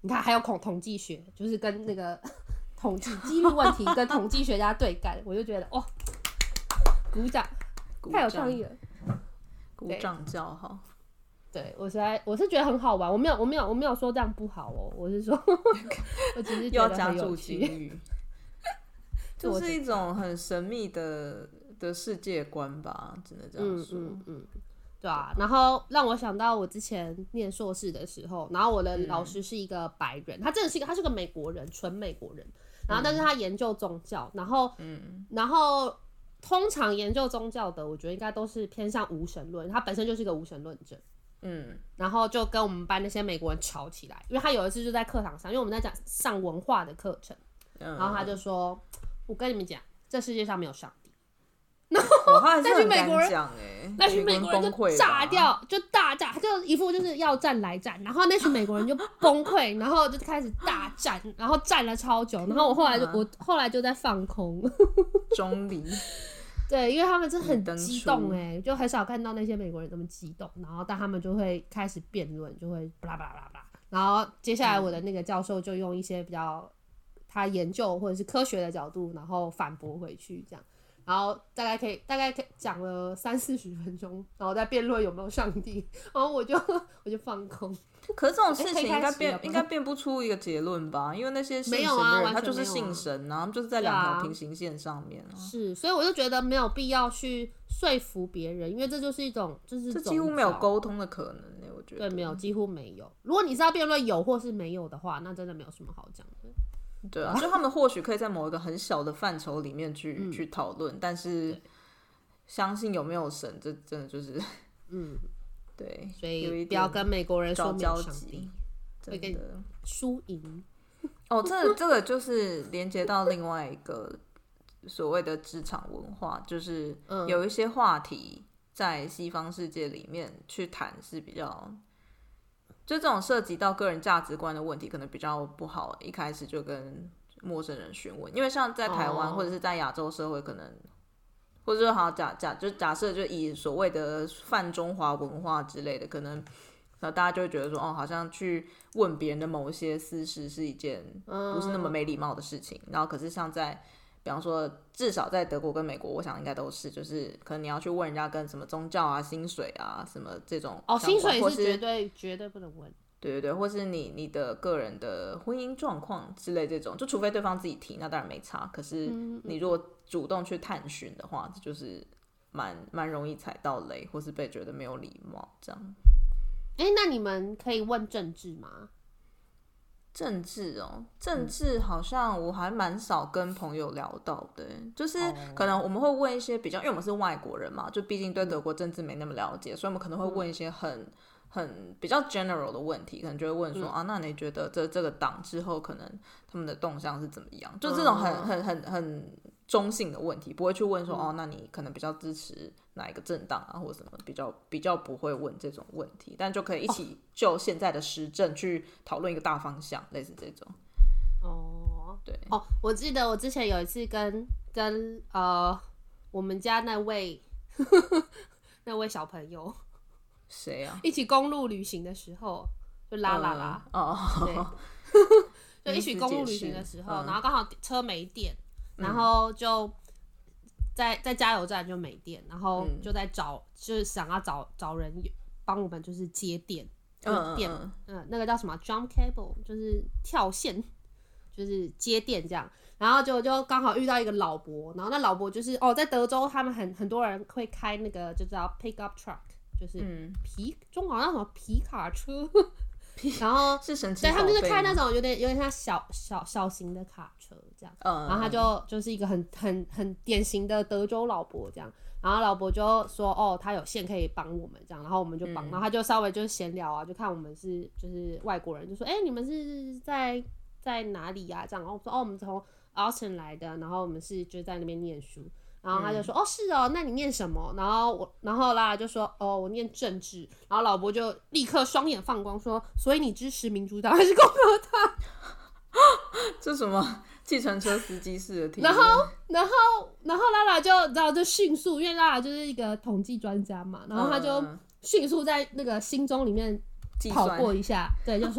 B: 你看还有统统计学，就是跟那个统计几率问题跟统计学家对干，我就觉得哦，鼓掌，太有创意了，
A: 鼓掌叫好。
B: 对，我实在我是觉得很好玩，我没有我没有我没有说这样不好哦，我是说，我只是觉得很有趣，
A: 就是一种很神秘的的世界观吧，只能这样说。
B: 嗯嗯嗯，对啊。然后让我想到我之前念硕士的时候，然后我的老师是一个白人，嗯、他真的是一个他是个美国人，纯美国人。然后但是他研究宗教，然后嗯，然后通常研究宗教的，我觉得应该都是偏向无神论，他本身就是一个无神论者。嗯，然后就跟我们班那些美国人吵起来，因为他有一次就在课堂上，因为我们在讲上文化的课程，嗯、然后他就说：“我跟你们讲，这世界上没有上帝。”然后那群美国人，那群美国人就炸掉，就大炸，他就一副就是要战来战，然后那群美国人就崩溃，然后就开始大战，然后战了超久，然后我后来就我后来就在放空，
A: 中离。
B: 对，因为他们真的很激动哎、欸，就很少看到那些美国人这么激动，然后但他们就会开始辩论，就会巴拉巴拉巴拉，然后接下来我的那个教授就用一些比较他研究或者是科学的角度，然后反驳回去这样，然后大概可以大概可以讲了三四十分钟，然后在辩论有没有上帝，然后我就我就放空。
A: 可是这种事情应该变应该变不出一个结论吧？因为那些信神的人、啊、他就是信神啊，他们就是在两条平行线上面、啊啊、
B: 是，所以我就觉得没有必要去说服别人，因为这就是一种就是
A: 这几乎没有沟通的可能、欸、我觉得
B: 对，没有，几乎没有。如果你是要辩论有或是没有的话，那真的没有什么好讲的。
A: 对啊，就他们或许可以在某一个很小的范畴里面去、嗯、去讨论，但是相信有没有神，这真的就是嗯。对，
B: 所以不要跟美国人说没有上帝，
A: 会跟
B: 输赢。
A: 哦，这这个就是连接到另外一个所谓的职场文化，就是有一些话题在西方世界里面去谈是比较，就这种涉及到个人价值观的问题，可能比较不好一开始就跟陌生人询问，因为像在台湾、哦、或者是在亚洲社会可能。或者说好假假就假设就以所谓的泛中华文化之类的，可能大家就会觉得说哦，好像去问别人的某一些私事是一件不是那么没礼貌的事情。嗯、然后可是像在比方说至少在德国跟美国，我想应该都是，就是可能你要去问人家跟什么宗教啊、薪水啊什么这种
B: 哦，薪水是绝对绝对不能问。
A: 对对对，或是你你的个人的婚姻状况之类这种，就除非对方自己提，那当然没差。可是你如果主动去探寻的话，这就是蛮蛮容易踩到雷，或是被觉得没有礼貌这样。
B: 哎、欸，那你们可以问政治吗？
A: 政治哦，政治好像我还蛮少跟朋友聊到的，就是可能我们会问一些比较，因为我们是外国人嘛，就毕竟对德国政治没那么了解，所以我们可能会问一些很。很比较 general 的问题，可能就会问说、嗯、啊，那你觉得这这个党之后可能他们的动向是怎么样？就这种很很很很中性的问题，不会去问说、嗯、哦，那你可能比较支持哪一个政党啊，或者什么，比较比较不会问这种问题，但就可以一起就现在的时政去讨论一个大方向，类似这种。
B: 哦，
A: 对，
B: 哦，我记得我之前有一次跟跟呃我们家那位那位小朋友。
A: 谁啊？
B: 一起公路旅行的时候，就拉拉拉、
A: 嗯、哦，
B: 对，就一起公路旅行的时候，嗯、然后刚好车没电，然后就在在加油站就没电，然后就在找，嗯、就是想要找找人帮我们就是接电，就是电，嗯, 嗯, 嗯，那个叫什么 jump cable， 就是跳线，就是接电这样。然后就就刚好遇到一个老伯，然后那老伯就是哦，在德州他们很很多人会开那个就叫 pickup truck。就是皮、嗯、中国好像什么皮卡车，然后
A: 是神奇，
B: 对，他们就是开那种有点有点像小小小型的卡车这样，嗯、然后他就就是一个很很很典型的德州老伯这样，然后老伯就说哦，他有线可以帮我们这样，然后我们就帮、嗯，然后他就稍微就是闲聊啊，就看我们是就是外国人，就说哎、欸、你们是在在哪里呀、啊、这样，然后我说哦我们从 Austin 来的，然后我们是就在那边念书。然后他就说、嗯、哦是哦，那你念什么？然后我，然后拉拉就说哦我念政治，然后老伯就立刻双眼放光说，所以你支持民主党还是共和党？
A: 这什么计程车司机式的题？
B: 然后，然后，然后拉拉就然后就迅速，因为拉拉就是一个统计专家嘛，然后他就迅速在那个心中里面跑过一下，对，就说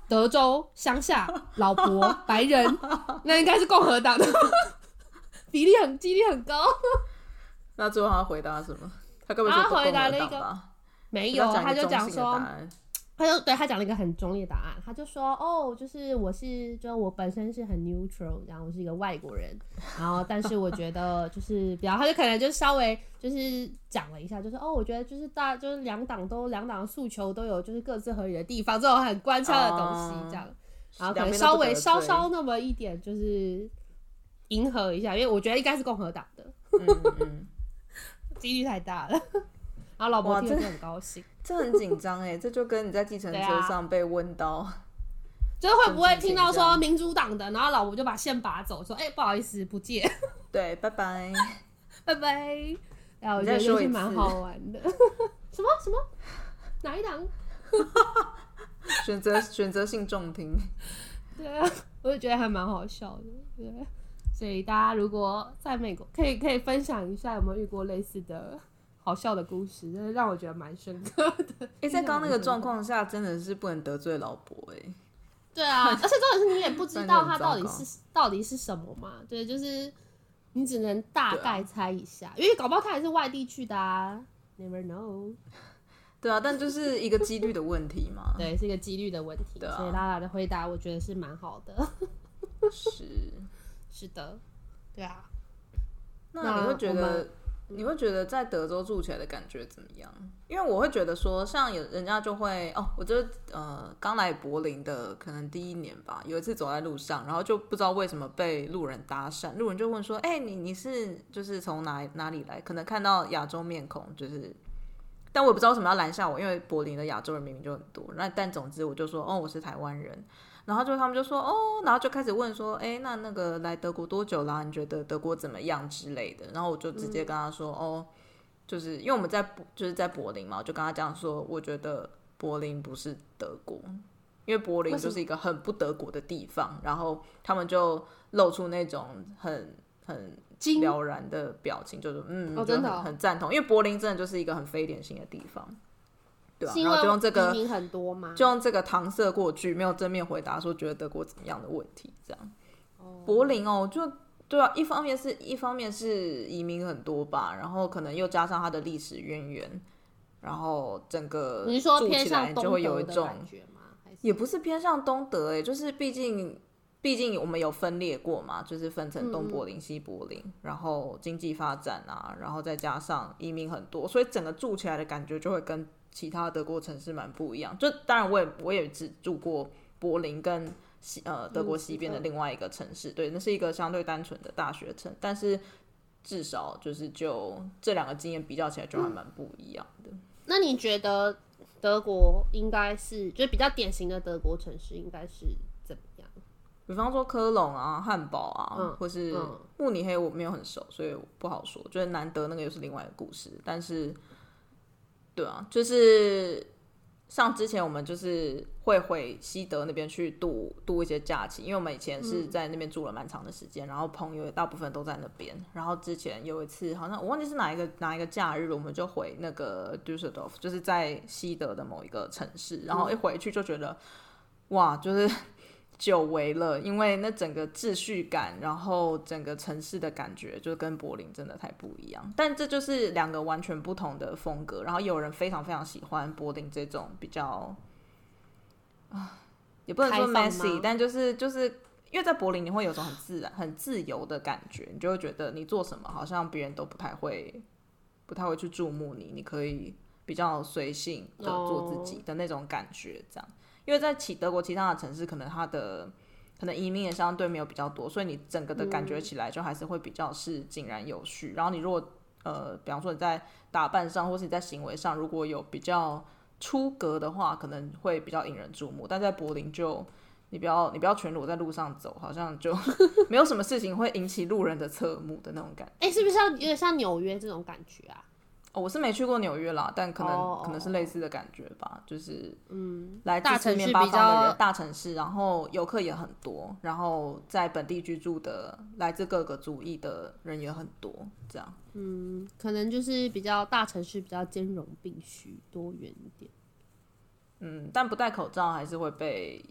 B: 德州乡下老伯白人，那应该是共和党的比例很几率很高。
A: 那最后他回答什么？他根本就不共和党吧？
B: 没有，他就讲说，他就对他讲了一个很中立的答案，他就说哦，就是我是，就我本身是很 neutral， 然后我是一个外国人，然后但是我觉得就是比较，他就可能就稍微就是讲了一下，就是哦，我觉得就是大就是两党都两党的诉求都有就是各自合理的地方，这种很官腔的东西这样，哦、然后可能稍微稍稍那么一点就是迎合一下，因为我觉得应该是共和党的，嗯嗯，几率太大了。然后老婆听了就很高兴，
A: 这很紧张哎，这就跟你在计程车上被问到，啊、
B: 就是会不会听到说民主党的，然后老婆就把线拔走，说哎、欸、不好意思不借，
A: 对，拜拜
B: 拜拜。然后我觉得也是蛮好玩的，什么什么哪一档？
A: 选择选择性中听，
B: 对啊，我就觉得还蛮好笑的，对，所以大家如果在美国，可以可以分享一下有没有遇过类似的。好笑的故事，真的让我觉得蛮深刻的。
A: 哎、欸，在刚那个状况下，真的是不能得罪老婆哎、欸。
B: 对啊，而且重点是你也不知道他到底是到底是什么嘛，对，就是你只能大概猜一下，啊、因为搞不好他也是外地去的啊 ，never know。
A: 对啊，但就是一个几率的问题嘛。
B: 对，是一个几率的问题。啊、所以拉拉的回答，我觉得是蛮好的。
A: 是，
B: 是的，对啊。
A: 那你会觉得？你会觉得在德州住起来的感觉怎么样？因为我会觉得说，像有人家就会哦，我就呃刚来柏林的，可能第一年吧，有一次走在路上，然后就不知道为什么被路人搭讪，路人就问说：“哎、欸，你你是就是从哪哪里来？”可能看到亚洲面孔，就是，但我也不知道为什么要拦下我，因为柏林的亚洲人明明就很多。那但总之我就说：“哦，我是台湾人。”然后就他们就说哦，然后就开始问说，哎，那那个来德国多久啦？你觉得德国怎么样之类的？然后我就直接跟他说，嗯、哦，就是因为我们在就是在柏林嘛，我就跟他讲说，我觉得柏林不是德国，因为柏林就是一个很不德国的地方。然后他们就露出那种很很了然的表情，就是嗯，
B: 哦、
A: 就很很赞同，因为柏林真的就是一个很非典型的地方。对啊，
B: 然
A: 后就用这个
B: 移民很多吗？
A: 就用这个搪塞过去，没有正面回答说觉得德国怎么样的问题，这样。哦、柏林哦，就对啊，一方面是一方面是移民很多吧，然后可能又加上它的历史渊源，然后整个住起来就会有一种，也不是偏向东德哎、欸，就是毕竟毕竟我们有分裂过嘛，就是分成东柏林、嗯、西柏林，然后经济发展啊，然后再加上移民很多，所以整个住起来的感觉就会跟其他德国城市蛮不一样，就当然我也我也只住过柏林跟西呃德国西边的另外一个城市，对，那是一个相对单纯的大学城，但是至少就是就这两个经验比较起来就还蛮不一样的、嗯。
B: 那你觉得德国应该是就是比较典型的德国城市应该是怎么样？
A: 比方说科隆啊、汉堡啊，嗯、或是慕尼黑，我没有很熟，所以不好说。就是南德那个又是另外一个故事，但是。对啊，就是像之前我们就是会回西德那边去度度一些假期，因为我们以前是在那边住了蛮长的时间、嗯，然后朋友大部分都在那边。然后之前有一次好像我忘记是哪一个哪一个假日，我们就回那个 Düsseldorf， 就是在西德的某一个城市，然后一回去就觉得、嗯、哇，就是久违了，因为那整个秩序感，然后整个城市的感觉就跟柏林真的太不一样。但这就是两个完全不同的风格。然后有人非常非常喜欢柏林这种比较啊，也不能说 messy， 但就是就是因为在柏林你会有种很自然、很自由的感觉，你就会觉得你做什么好像别人都不太会、不太会去注目你，你可以比较随性的做自己的那种感觉，这样。因为在其德国其他的城市，可能它的可能移民也相对没有比较多，所以你整个的感觉起来就还是会比较是井然有序。然后你如果呃，比方说你在打扮上或是你在行为上如果有比较出格的话，可能会比较引人注目。但在柏林就你不要你不要全裸在路上走，好像就没有什么事情会引起路人的侧目的那种感觉。
B: 哎、欸，是不是像有点像纽约这种感觉啊？
A: 哦、我是没去过纽约啦，但可能、oh, 可能是类似的感觉吧，就是嗯，来自四面八方的人，大城市，然后游客也很多，然后在本地居住的来自各个族裔的人也很多，这样。
B: 嗯，可能就是比较大城市比较兼容并蓄，多元一点。
A: 嗯，但不戴口罩还是会被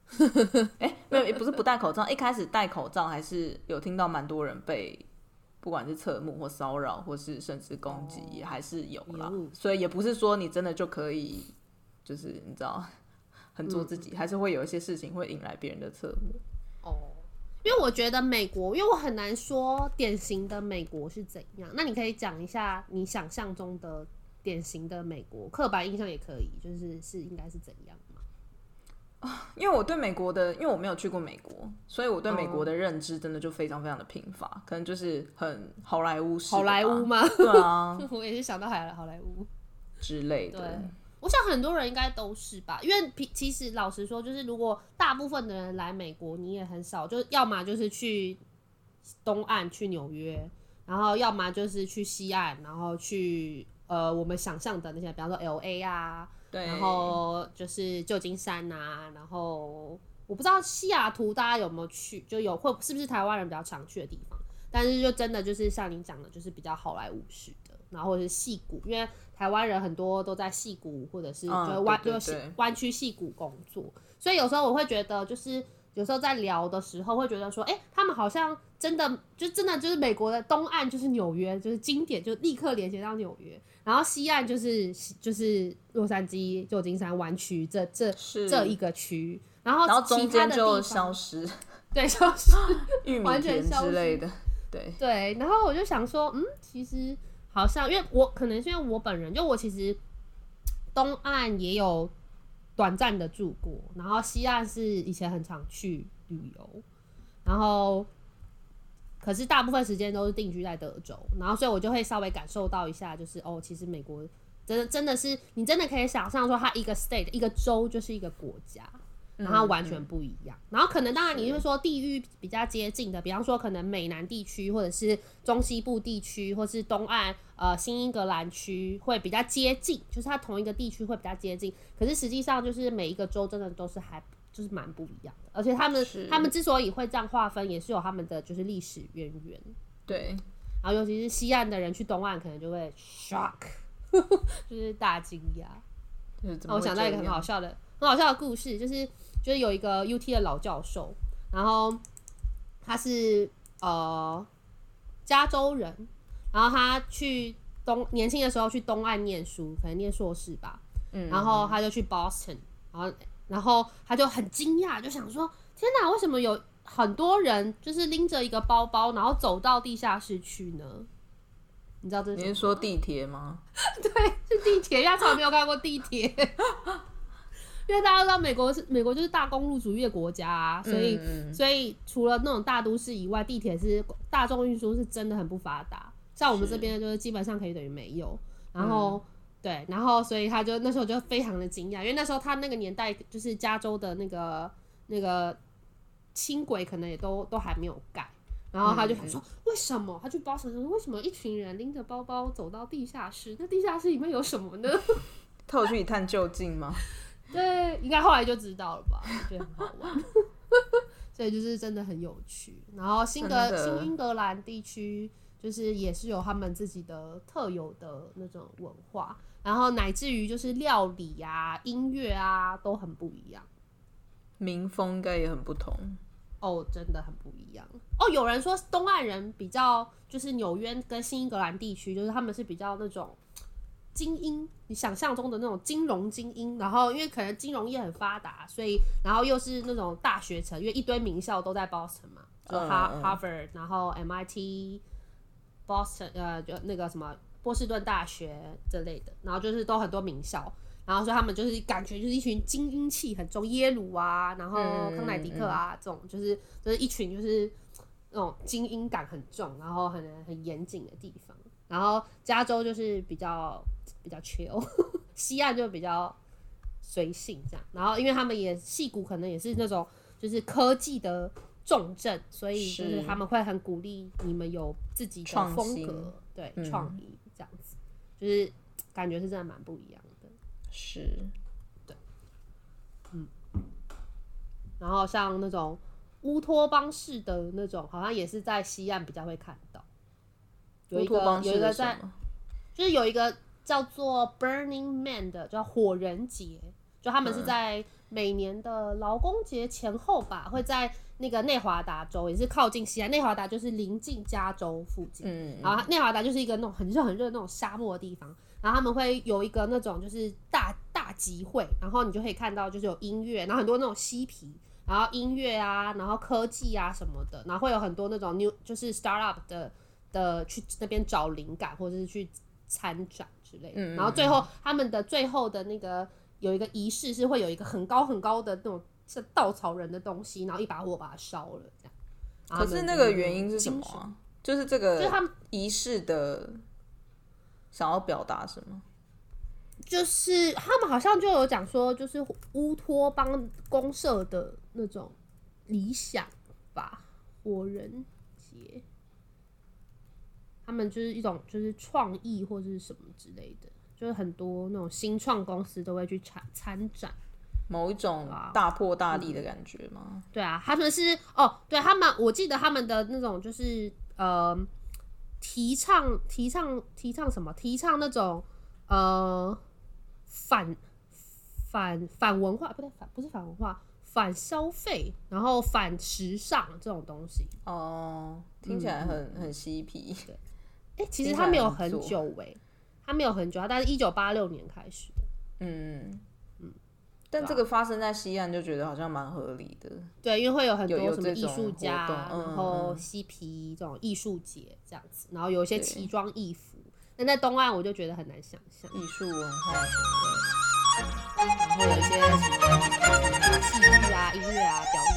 A: 哎、欸，没有，也不是不戴口罩，一开始戴口罩还是有听到蛮多人被不管是侧目或骚扰，或是甚至攻击，也还是有啦。所以也不是说你真的就可以，就是你知道很做自己，嗯、还是会有一些事情会引来别人的侧目。
B: 哦，因为我觉得美国，因为我很难说典型的美国是怎样。那你可以讲一下你想象中的典型的美国，刻板印象也可以，就是是应该是怎样。
A: 因为我对美国的，因为我没有去过美国，所以我对美国的认知真的就非常非常的贫乏，可能就是很好莱坞式的吧。
B: 好莱坞吗？
A: 对啊，
B: 我也是想到好莱坞
A: 之类的。
B: 对，我想很多人应该都是吧，因为其实老实说，就是如果大部分的人来美国，你也很少，就要么就是去东岸去纽约，然后要么就是去西岸，然后去呃我们想象的那些，比方说 L A 啊。
A: 对，
B: 然后就是旧金山啊，然后我不知道西雅图大家有没有去，就有会是不是台湾人比较常去的地方，但是就真的就是像你讲的，就是比较好莱坞式的，然后或者是矽谷，因为台湾人很多都在矽谷或者是就湾、嗯、就湾区矽谷工作，所以有时候我会觉得就是有时候在聊的时候会觉得说，哎、欸，他们好像真的就真的就是美国的东岸就是纽约，就是经典，就立刻连接到纽约。然后西岸就是就是洛杉矶、旧金山湾区这这这一个区，然后
A: 然后中间就消失，
B: 对，消失，
A: 玉米田之类的，对
B: 对。然后我就想说，嗯，其实好像因为我可能是因为我本人就我其实东岸也有短暂的住过，然后西岸是以前很常去旅游，然后。可是大部分时间都是定居在德州，然后所以我就会稍微感受到一下，就是哦，其实美国真的真的是你真的可以想象说，它一个 state 一个州就是一个国家，然后完全不一样。嗯嗯、然后可能当然你会说地域比较接近的，比方说可能美南地区或者是中西部地区，或是东岸呃新英格兰区会比较接近，就是它同一个地区会比较接近。可是实际上就是每一个州真的都是还。就是蛮不一样的，而且他们他们之所以会这样划分，也是有他们的就是历史渊源。
A: 对，
B: 然后尤其是西岸的人去东岸，可能就会 shock， 就是大惊讶。然后我想到一个很好笑的、很好笑的故事，就是就是有一个 U T 的老教授，然后他是呃加州人，然后他去东年轻的时候去东岸念书，可能念硕士吧，嗯，然后他就去 Boston， 然后。然后他就很惊讶，就想说：“天哪，为什么有很多人就是拎着一个包包，然后走到地下室去呢？”你知道这是什么吗？
A: 你是说地铁吗？
B: 对，是地铁，因为他从来没有看过地铁。因为大家都知道美国是美国就是大公路主义的国家啊，所以、嗯、所以除了那种大都市以外，地铁是大众运输是真的很不发达。像我们这边就是基本上可以等于没有，然后。嗯对，然后所以他就那时候就非常的惊讶，因为那时候他那个年代就是加州的那个那个轻轨可能也都都还没有盖，然后他就想说、嗯、为什么他去包城说为什么一群人拎着包包走到地下室？那地下室里面有什么呢？
A: 他有去一探究竟吗？
B: 对，应该后来就知道了吧，觉得很好玩。所以就是真的很有趣。然后新格新英格兰地区就是也是有他们自己的特有的那种文化。然后乃至于就是料理啊、音乐啊都很不一样，
A: 民风应该也很不同
B: 哦，真的很不一样哦。有人说东岸人比较就是纽约跟新英格兰地区，就是他们是比较那种精英，你想象中的那种金融精英。然后因为可能金融业很发达，所以然后又是那种大学城，因为一堆名校都在 Boston 嘛，就哈、嗯、Harvard， 然后 M I T、Boston 呃，就那个什么。波士顿大学之类的，然后就是都很多名校，然后所以他们就是感觉就是一群精英气很重，耶鲁啊，然后康乃狄克啊、嗯嗯、这种就是就是一群就是那种精英感很重，然后很很严谨的地方。然后加州就是比较比较 chill， 西岸就比较随性这样。然后因为他们也矽谷可能也是那种就是科技的重镇，所以就是他们会很鼓励你们有自己的风格，对，创、嗯、意。这样子就是感觉是真的蛮不一样的，
A: 是，
B: 对，嗯，然后像那种乌托邦式的那种，好像也是在西岸比较会看到，有一个有一个在，就是有一个叫做 Burning Man 的，叫火人节，就他们是在每年的劳工节前后吧，会在那个内华达州，也是靠近西岸。内华达就是临近加州附近，嗯，然后内华达就是一个那种很热很热那种沙漠的地方。然后他们会有一个那种就是大大集会，然后你就可以看到就是有音乐，然后很多那种嬉皮，然后音乐啊，然后科技啊什么的，然后会有很多那种 new 就是 startup 的的去那边找灵感或者是去参展之类的。嗯嗯嗯，然后最后他们的最后的那个有一个仪式是会有一个很高很高的那种像稻草人的东西，然后一把火把它烧了这样。
A: 可是那个原因是什么啊？就是这个仪式的想要表达什么？
B: 就是他们好像就有讲说，就是乌托邦公社的那种理想吧，火人节，他们就是一种就是创意或者是什么之类的，就是很多那种新创公司都会去参参展，
A: 某一种大破大立的感觉吗？
B: 嗯、对啊，他们是哦，对他们，我记得他们的那种就是呃。提倡提倡提倡什么？提倡那种呃反反反文化，不对，反不是反文化，反消费，然后反时尚这种东西。
A: 哦，听起来很、嗯、很嬉皮。
B: 对，哎、欸，其实他没有很久哎、欸，他没有很久，他大概一九八六年开始的。
A: 嗯嗯。但这个发生在西岸就觉得好像蛮合理的，
B: 对，因为会有很多什么艺术家，嗯、然后嬉皮这种艺术节这样子，然后有一些奇装异服。但在东岸我就觉得很难想象
A: 艺术文化什么
B: 的，然后有一些什么戏剧啊、音乐啊、表